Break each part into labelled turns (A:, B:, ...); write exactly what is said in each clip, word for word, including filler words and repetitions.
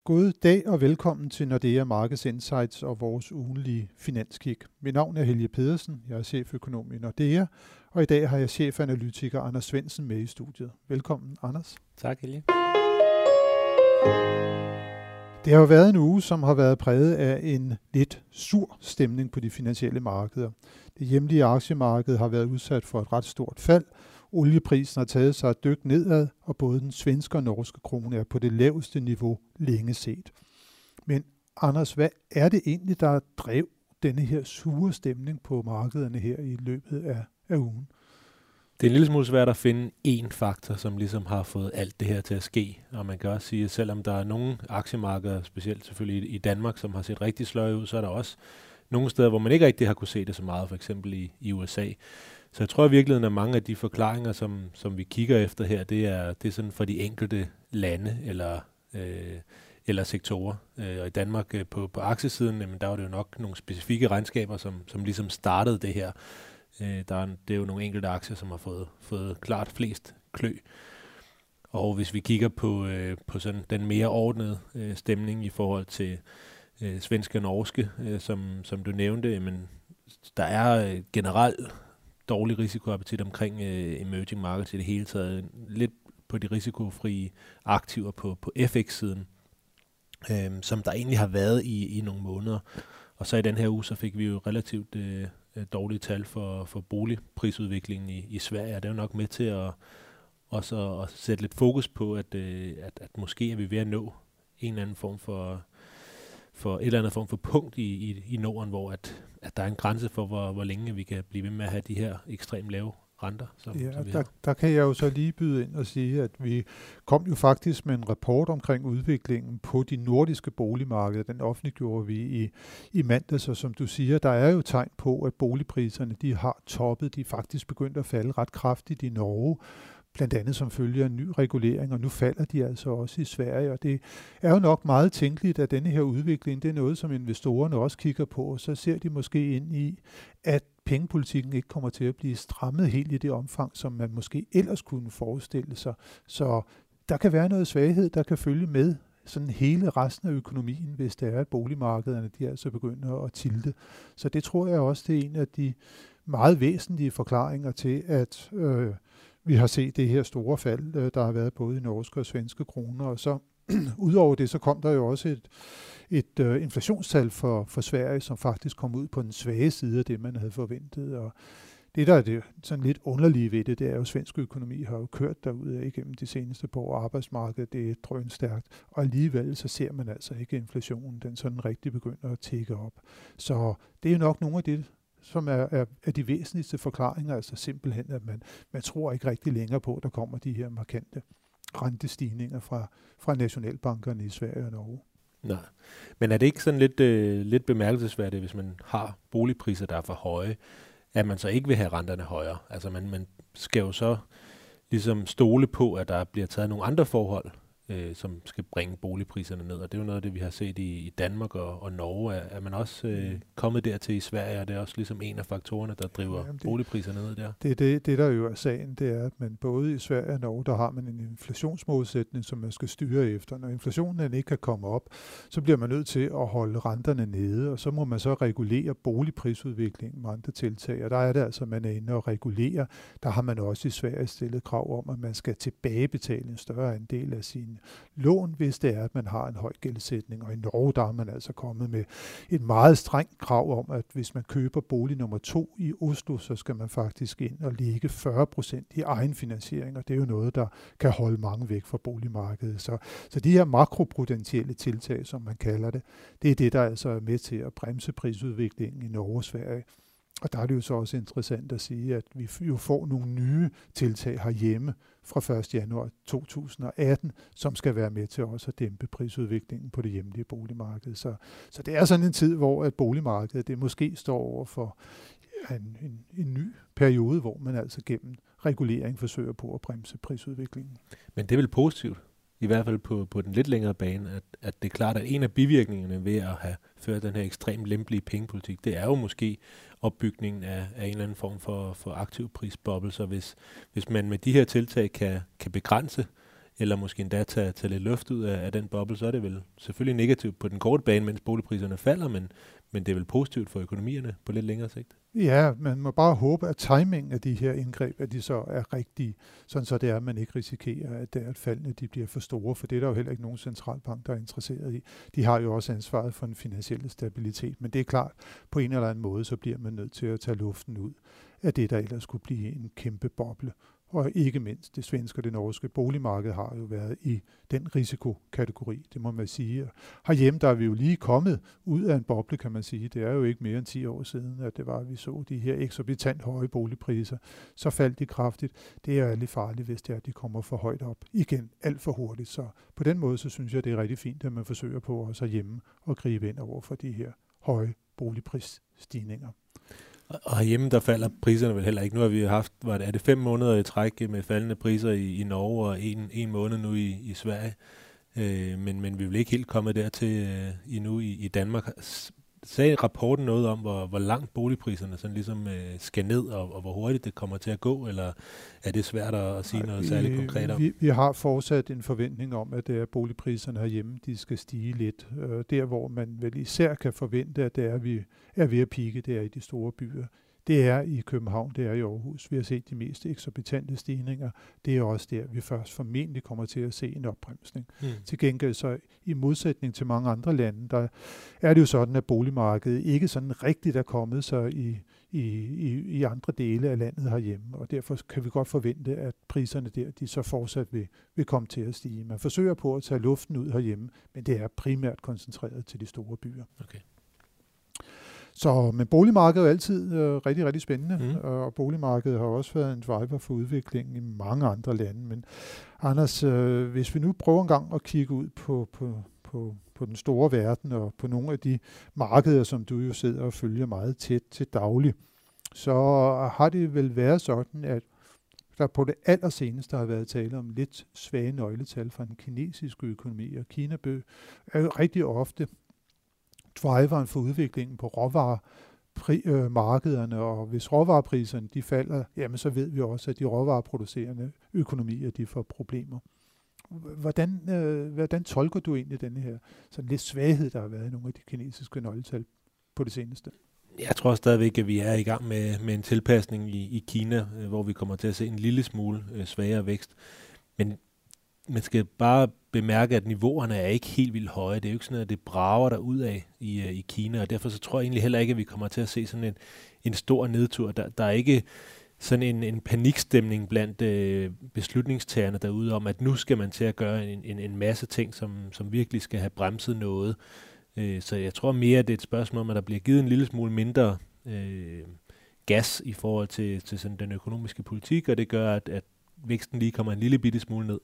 A: God dag og velkommen til Nordea Markets Insights og vores ugenlige finanskig. Mit navn er Helge Pedersen, jeg er cheføkonom i Nordea, og i dag har jeg chefanalytiker Anders Svendsen med i studiet. Velkommen, Anders.
B: Tak, Helge.
A: Det har jo været en uge, som har været præget af en lidt sur stemning på de finansielle markeder. Det hjemlige aktiemarked har været udsat for et ret stort fald. Olieprisen har taget sig et dyk nedad, og både den svenske og norske krone er på det laveste niveau længe set. Men Anders, hvad er det egentlig, der drev denne her sure stemning på markederne her i løbet af, af ugen?
B: Det er en lille smule svært at finde én faktor, som ligesom har fået alt det her til at ske. Og man kan også sige, at selvom der er nogle aktiemarkeder, specielt selvfølgelig i Danmark, som har set rigtig sløje ud, så er der også nogle steder, hvor man ikke rigtig har kunne se det så meget, for eksempel i, i U S A. Så jeg tror i virkeligheden, at mange af de forklaringer, som, som vi kigger efter her, det er, det er sådan for de enkelte lande eller, øh, eller sektorer. Øh, og i Danmark øh, på, på aktiesiden, jamen, der var det jo nok nogle specifikke regnskaber, som, som ligesom startede det her. Øh, der er, det er jo nogle enkelte aktier, som har fået, fået klart flest klø. Og hvis vi kigger på, øh, på sådan den mere ordnede øh, stemning i forhold til øh, svenske og norske, øh, som, som du nævnte, jamen, der er øh, generelt dårlig risikoappetit omkring øh, emerging markets i det hele taget. Lidt på de risikofrie aktiver på, på F X-siden, øh, som der egentlig har været i, i nogle måneder. Og så i den her uge, så fik vi jo relativt øh, dårlige tal for, for boligprisudviklingen i, i Sverige. Og det er jo nok med til at, også at, at sætte lidt fokus på, at, øh, at, at måske er vi ved at nå en eller anden form for, for et eller andet form for punkt i, i, i Norden, hvor at, at der er en grænse for, hvor, hvor længe vi kan blive ved med at have de her ekstremt lave renter. Som,
A: ja,
B: som vi
A: der, der kan jeg jo så lige byde ind og sige, at vi kom jo faktisk med en rapport omkring udviklingen på de nordiske boligmarkeder. Den offentliggjorde vi i, i mandags, og som du siger, der er jo tegn på, at boligpriserne de har toppet. De er faktisk begyndt at falde ret kraftigt i Norge, blandt andet som følge af en ny regulering, og nu falder de altså også i Sverige, og det er jo nok meget tænkeligt, at denne her udvikling, det er noget, som investorerne også kigger på, og så ser de måske ind i, at pengepolitikken ikke kommer til at blive strammet helt i det omfang, som man måske ellers kunne forestille sig. Så der kan være noget svaghed, der kan følge med sådan hele resten af økonomien, hvis det er, at boligmarkederne de altså begynder at tilte. Så det tror jeg også, det er en af de meget væsentlige forklaringer til, at øh, vi har set det her store fald, der har været både i norske og svenske kroner, og så udover det, så kom der jo også et, et uh, inflationstal for, for Sverige, som faktisk kom ud på den svage side af det, man havde forventet. Og det, der er det sådan lidt underlige ved det, det er jo, at svensk økonomi har jo kørt derud igennem de seneste par år. Arbejdsmarkedet, det er drønstærkt, og alligevel så ser man altså ikke inflationen, den sådan rigtig begynder at tikke op. Så det er jo nok nogle af det, som er, er, er de væsentligste forklaringer, altså simpelthen, at man, man tror ikke rigtig længere på, at der kommer de her markante rentestigninger fra, fra nationalbankerne i Sverige og Norge.
B: Nej, men er det ikke sådan lidt, øh, lidt bemærkelsesværdigt, hvis man har boligpriser, der er for høje, at man så ikke vil have renterne højere? Altså man, man skal jo så ligesom stole på, at der bliver taget nogle andre forhold, øh, som skal bringe boligpriserne ned. Og det er jo noget af det, vi har set i, i Danmark og, og Norge. Er, er man også øh, kommet dertil i Sverige, og det er også ligesom en af faktorerne, der driver Jamen det, boligpriserne ned der?
A: Det, det, det, der jo er sagen, det er, at man både i Sverige og Norge, der har man en inflationsmålsætning, som man skal styre efter. Når inflationen ikke kan komme op, så bliver man nødt til at holde renterne nede, og så må man så regulere boligprisudviklingen med andre tiltag. Og der er det altså, man er inde og regulere. Der har man også i Sverige stillet krav om, at man skal tilbagebetale en større andel af sine lån, hvis det er, at man har en høj gældsætning. Og i Norge, der er man altså kommet med et meget strengt krav om, at hvis man køber bolig nummer to i Oslo, så skal man faktisk ind og lægge fyrre procent i egenfinansiering, og det er jo noget, der kan holde mange væk fra boligmarkedet. Så, så de her makroprudentielle tiltag, som man kalder det, det er det, der altså er med til at bremse prisudviklingen i Norge og Sverige. Og der er det jo så også interessant at sige, at vi jo får nogle nye tiltag herhjemme fra første januar to tusind og atten, som skal være med til også at dæmpe prisudviklingen på det hjemlige boligmarked. Så, så det er sådan en tid, hvor at boligmarkedet det måske står over for en, en, en ny periode, hvor man altså gennem regulering forsøger på at bremse prisudviklingen.
B: Men det er vel positivt, i hvert fald på, på den lidt længere bane, at, at det er klart, at en af bivirkningerne ved at have ført den her ekstremt lempelige pengepolitik, det er jo måske opbygningen af, af en eller anden form for, for aktiv prisboble. Så hvis, hvis man med de her tiltag kan, kan begrænse eller måske endda tage, tage lidt luft ud af, af den boble, så er det vel selvfølgelig negativt på den korte bane, mens boligpriserne falder, men, men det er vel positivt for økonomierne på lidt længere sigt.
A: Ja, man må bare håbe, at timingen af de her indgreb, at de så er rigtige, sådan så det er, at man ikke risikerer, at, at faldene de bliver for store, for det er der jo heller ikke nogen centralbank, der er interesseret i. De har jo også ansvaret for den finansielle stabilitet, men det er klart, på en eller anden måde, så bliver man nødt til at tage luften ud af det, der ellers skulle blive en kæmpe boble. Og ikke mindst det svenske og det norske boligmarked har jo været i den risikokategori, det må man sige. Herhjemme der er vi jo lige kommet ud af en boble, kan man sige. Det er jo ikke mere end ti år siden, at det var, at vi så de her eksorbitant høje boligpriser. Så faldt de kraftigt. Det er lidt farligt, hvis det er, at de kommer for højt op igen, alt for hurtigt. Så på den måde, så synes jeg, det er rigtig fint, at man forsøger på også herhjemme at gribe ind over for de her høje boligprisstigninger.
B: Og herhjemme, der falder priserne vel heller ikke. Nu har vi haft, hvad er det, fem måneder i træk med faldende priser i, i Norge, og en, en måned nu i, i Sverige. Øh, men, men vi vil ikke helt komme dertil øh, endnu i, i Danmark. Sagde rapporten noget om, hvor, hvor langt boligpriserne sådan ligesom øh, skal ned, og, og hvor hurtigt det kommer til at gå, eller er det svært at sige noget særligt konkret om?
A: Vi, vi har fortsat en forventning om, at det er boligpriserne herhjemme, de skal stige lidt. Øh, der, hvor man vel især kan forvente, at det er, vi er ved at pike, det er i de store byer. Det er i København, det er i Aarhus. Vi har set de mest eksorbitante stigninger. Det er også der, vi først formentlig kommer til at se en opbremsning. Mm. Til gengæld så i modsætning til mange andre lande, der er det jo sådan, at boligmarkedet ikke sådan rigtigt er kommet sig i, i, i, i andre dele af landet herhjemme. Og derfor kan vi godt forvente, at priserne der, de så fortsat vil, vil komme til at stige. Man forsøger på at tage luften ud herhjemme, men det er primært koncentreret til de store byer.
B: Okay.
A: Så, men boligmarkedet er jo altid øh, rigtig, rigtig spændende,
B: mm.
A: og boligmarkedet har også været en driver for udviklingen i mange andre lande. Men Anders, øh, hvis vi nu prøver en gang at kigge ud på, på, på, på den store verden og på nogle af de markeder, som du jo sidder og følger meget tæt til daglig, så har det vel været sådan, at der på det allerseneste har været tale om lidt svage nøgletal fra den kinesiske økonomi, og Kina er jo rigtig ofte driveren for udviklingen på råvaremarkederne, og hvis råvarepriserne de falder, jamen så ved vi også, at de råvareproducerende økonomier de får problemer. Hvordan, øh, hvordan tolker du egentlig denne her sådan lidt svaghed, der har været i nogle af de kinesiske nøgletal på det seneste?
B: Jeg tror stadigvæk, at vi er i gang med, med en tilpasning i, i Kina, øh, hvor vi kommer til at se en lille smule øh, svagere vækst. Men man skal bare bemærke, at niveauerne er ikke helt vildt høje. Det er jo ikke sådan, at det brager der ud af i, i Kina, og derfor så tror jeg egentlig heller ikke, at vi kommer til at se sådan en, en stor nedtur. Der, der er ikke sådan en, en panikstemning blandt øh, beslutningstagerne derude om, at nu skal man til at gøre en, en, en masse ting, som, som virkelig skal have bremset noget. Øh, så jeg tror mere, at det er et spørgsmål om, at der bliver givet en lille smule mindre øh, gas i forhold til, til sådan den økonomiske politik, og det gør, at, at væksten lige kommer en lille bitte smule ned.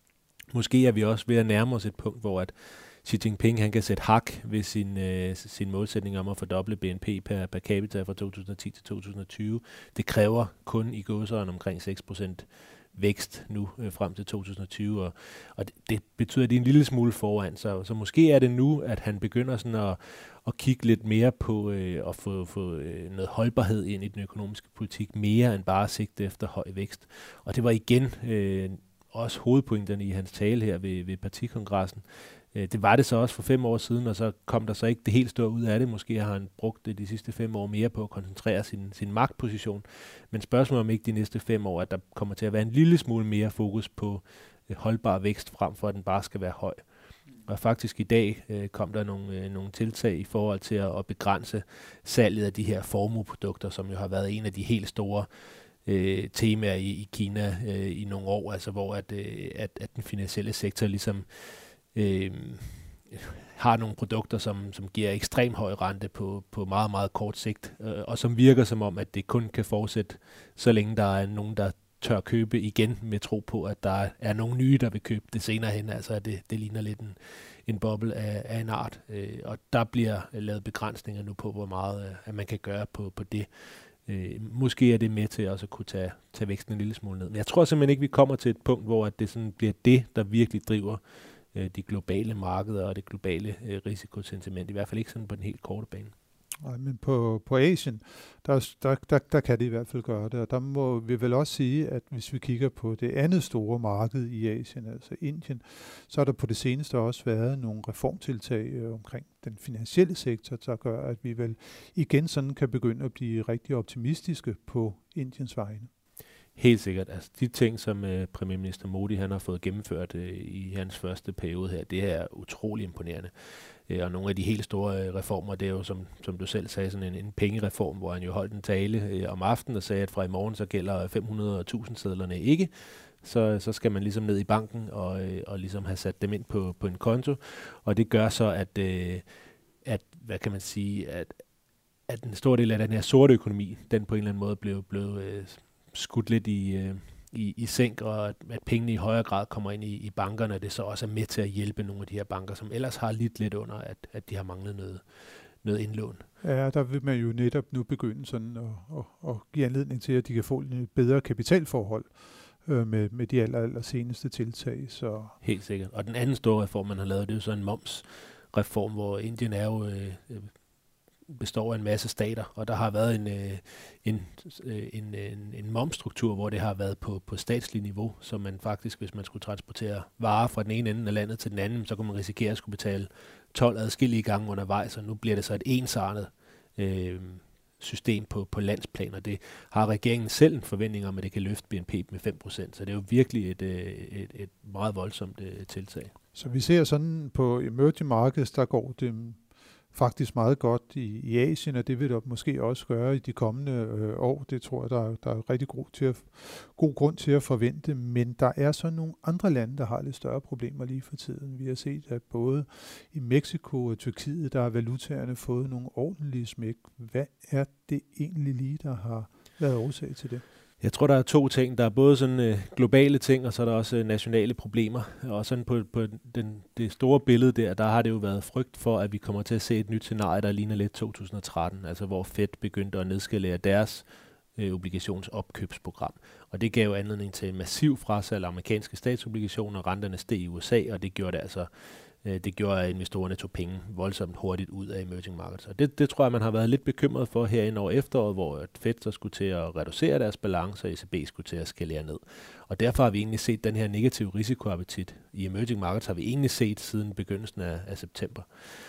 B: Måske er vi også ved at nærme os et punkt, hvor at Xi Jinping han kan sætte hak ved sin, øh, sin målsætning om at fordoble B N P per, per capita fra to tusind og ti til to tusind og tyve. Det kræver kun i gåseøjne omkring seks procent vækst nu øh, frem til to tusind og tyve, og, og det, det betyder, at det er en lille smule foran. Så, så måske er det nu, at han begynder sådan at, at kigge lidt mere på øh, at få, få øh, noget holdbarhed ind i den økonomiske politik, mere end bare sigte efter høj vækst. Og det var igen øh, også hovedpointerne i hans tale her ved, ved partikongressen. Det var det så også for fem år siden, og så kom der så ikke det helt store ud af det. Måske har han brugt det de sidste fem år mere på at koncentrere sin, sin magtposition. Men spørgsmålet om ikke de næste fem år, at der kommer til at være en lille smule mere fokus på holdbar vækst, frem for at den bare skal være høj. Og faktisk i dag øh, kom der nogle, øh, nogle tiltag i forhold til at, at begrænse salget af de her formueprodukter, som jo har været en af de helt store Øh, temaer i, i Kina øh, i nogle år, altså hvor at, øh, at, at den finansielle sektor ligesom øh, har nogle produkter, som, som giver ekstrem høj rente på, på meget, meget kort sigt, øh, og som virker som om, at det kun kan fortsætte, så længe der er nogen, der tør købe igen med tro på, at der er nogen nye, der vil købe det senere hen, altså at det, det ligner lidt en, en boble af, af en art, øh, og der bliver lavet begrænsninger nu på, hvor meget øh, at man kan gøre på, på det. Øh, måske er det med til også at kunne tage, tage væksten en lille smule ned. Men jeg tror simpelthen ikke, vi kommer til et punkt, hvor at det sådan bliver det, der virkelig driver øh, de globale markeder og det globale øh, risikosentiment. I hvert fald ikke sådan på den helt korte bane.
A: Nej, men på, på Asien, der, der, der, der kan det i hvert fald gøre det, og der må vi vel også sige, at hvis vi kigger på det andet store marked i Asien, altså Indien, så har der på det seneste også været nogle reformtiltag øh, omkring den finansielle sektor, der gør, at vi vel igen sådan kan begynde at blive rigtig optimistiske på Indiens vegne.
B: Helt sikkert. Altså de ting, som øh, premierminister Modi han har fået gennemført øh, i hans første periode her, det er utrolig imponerende. Øh, og nogle af de helt store øh, reformer, det er jo, som, som du selv sagde, sådan en, en pengereform, hvor han jo holdt en tale øh, om aftenen og sagde, at fra i morgen så gælder fem hundrede tusind sedlerne ikke. Så, så skal man ligesom ned i banken og, øh, og ligesom have sat dem ind på, på en konto. Og det gør så, at, øh, at hvad kan man sige, at, at en stor del af den her sorte økonomi, den på en eller anden måde blev, blev øh, skudt lidt i, øh, i, i sænk, og at, at pengene i højere grad kommer ind i, i bankerne, og det så også er med til at hjælpe nogle af de her banker, som ellers har lidt lidt under, at, at de har manglet noget, noget indlån.
A: Ja, der vil man jo netop nu begynde sådan at, at, at give anledning til, at de kan få et bedre kapitalforhold øh, med, med de aller, aller seneste tiltag. Så.
B: Helt sikkert. Og den anden store reform, man har lavet, det er jo så en momsreform, hvor Indien er jo... Øh, består af en masse stater, og der har været en, øh, en, øh, en, en, en momsstruktur, hvor det har været på, på statslig niveau, så man faktisk, hvis man skulle transportere varer fra den ene ende af landet til den anden, så kunne man risikere at skulle betale tolv adskillige gange undervejs, og nu bliver det så et ensartet øh, system på, på landsplan, og det har regeringen selv en forventning om, at det kan løfte B N P med fem procent, så det er jo virkelig et, et, et meget voldsomt øh, tiltag.
A: Så vi ser sådan på emerging markets, der går det faktisk meget godt i, i Asien, og det vil der måske også gøre i de kommende øh, år. Det tror jeg, der, der er rigtig god, til at, god grund til at forvente, men der er så nogle andre lande, der har lidt større problemer lige for tiden. Vi har set, at både i Mexico og Tyrkiet, der har valutaerne fået nogle ordentlige smæk. Hvad er det egentlig lige, der har været årsag til det?
B: Jeg tror, der er to ting. Der er både sådan øh, globale ting, og så er der også øh, nationale problemer. Og sådan på, på den, det store billede der, der har det jo været frygt for, at vi kommer til at se et nyt scenarie, der ligner lidt to tusind og tretten, altså hvor Fed begyndte at nedskalere deres øh, obligationsopkøbsprogram. Og det gav jo anledning til en massiv frasalg af amerikanske statsobligationer, renterne steg i U S A, og det gjorde det altså Det gjorde, at investorerne tog penge voldsomt hurtigt ud af emerging markets. Og det, det tror jeg, man har været lidt bekymret for herinde over efteråret, hvor Fed så skulle til at reducere deres balance, og E C B skulle til at skalere ned. Og derfor har vi egentlig set den her negative risikoappetit i emerging markets, har vi egentlig set siden begyndelsen af, af september.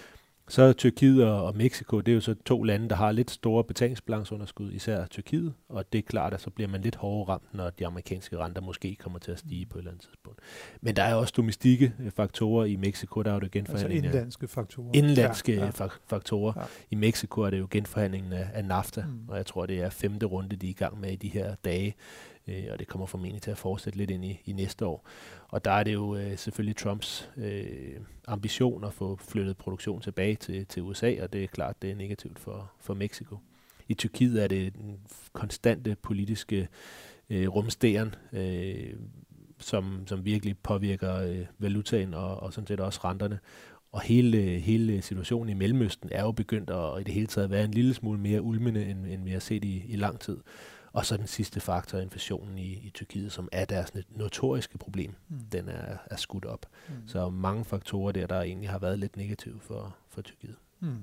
B: Så Tyrkiet og Mexico, det er jo så to lande, der har lidt store betalingsbalanceunderskud, især Tyrkiet, og det er klart, at så bliver man lidt hårdere ramt, når de amerikanske renter måske kommer til at stige på et eller andet tidspunkt. Men der er også domestikke faktorer i Mexico, der er jo det genforhandling.
A: Altså indlandske faktorer.
B: Indlandske
A: ja, ja.
B: faktorer. Ja. I Mexico er det jo genforhandlingen af, af NAFTA, mm. og jeg tror, det er femte runde, de er i gang med i de her dage. Øh, og det kommer formentlig til at fortsætte lidt ind i, i næste år. Og der er det jo øh, selvfølgelig Trumps øh, ambition at få flyttet produktion tilbage til, til U S A, og det er klart, det er negativt for, for Mexico. I Tyrkiet er det den konstante politiske øh, rumsteren, øh, som, som virkelig påvirker øh, valutaen og, og sådan set også renterne. Og hele, hele situationen i Mellemøsten er jo begyndt at i det hele taget være en lille smule mere ulmende, end, end vi har set i, i lang tid. Og så den sidste faktor, inflationen i, i Tyrkiet, som er deres notoriske problem, mm. den er, er skudt op. Mm. Så mange faktorer der, der egentlig har været lidt negative for, for Tyrkiet. Mm.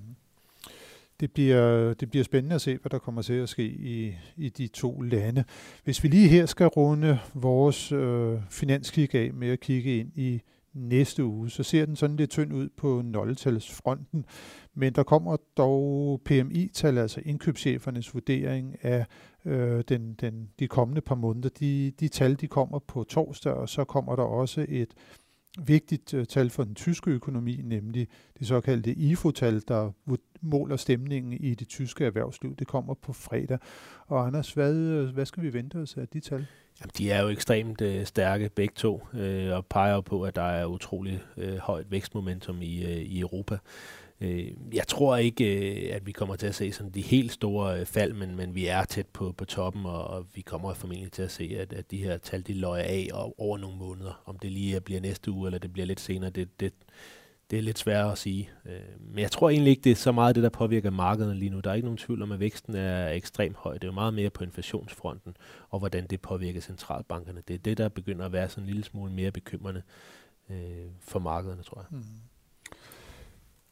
A: Det bliver, det bliver spændende at se, hvad der kommer til at ske i, i de to lande. Hvis vi lige her skal runde vores øh, finanskig af med at kigge ind i næste uge, så ser den sådan lidt tynd ud på nøgletalsfronten, men der kommer dog P M I-tal, altså indkøbschefernes vurdering af øh, den, den, de kommende par måneder. De, de tal, de kommer på torsdag, og så kommer der også et vigtigt uh, tal for den tyske økonomi, nemlig det såkaldte I F O-tal, der måler stemningen i det tyske erhvervsliv. Det kommer på fredag. Og Anders, hvad, hvad skal vi vente os af de tal?
B: Jamen, de er jo ekstremt øh, stærke begge to, øh, og peger på, at der er utrolig øh, højt vækstmomentum i, øh, i Europa. Øh, jeg tror ikke, øh, at vi kommer til at se sådan de helt store øh, fald, men, men vi er tæt på, på toppen, og, og vi kommer formentlig til at se, at, at de her tal, de løjer af og, over nogle måneder. Om det lige bliver næste uge, eller det bliver lidt senere, det, det, det er lidt sværere at sige. Øh, men jeg tror egentlig ikke, det er så meget det, der påvirker markederne lige nu. Der er ikke nogen tvivl om, at væksten er ekstremt høj. Det er jo meget mere på inflationsfronten, og hvordan det påvirker centralbankerne. Det er det, der begynder at være sådan en lille smule mere bekymrende øh, for markederne, tror jeg. Mm.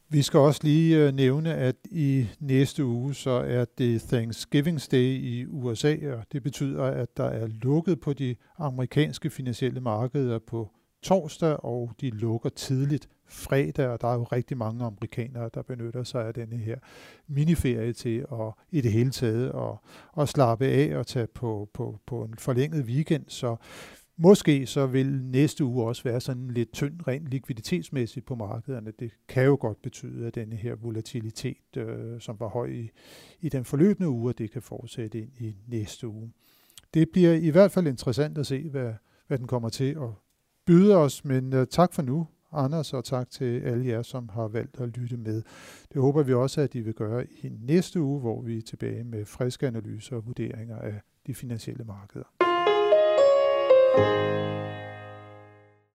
A: Vi skal også lige øh, nævne, at i næste uge, så er det Thanksgiving Day i U S A, og det betyder, at der er lukket på de amerikanske finansielle markeder på torsdag, og de lukker tidligt fredag, og der er jo rigtig mange amerikanere, der benytter sig af denne her miniferie til at i det hele taget at, at slappe af og tage på, på, på en forlænget weekend, så måske så vil næste uge også være sådan lidt tynd rent likviditetsmæssigt på markederne. Det kan jo godt betyde, at denne her volatilitet, øh, som var høj i, i den forløbende uge, det kan fortsætte ind i næste uge. Det bliver i hvert fald interessant at se, hvad, hvad den kommer til at byde os, men uh, tak for nu, Anders, og tak til alle jer, som har valgt at lytte med. Det håber vi også, at I vil gøre i næste uge, hvor vi er tilbage med friske analyser og vurderinger af de finansielle markeder. Thank you.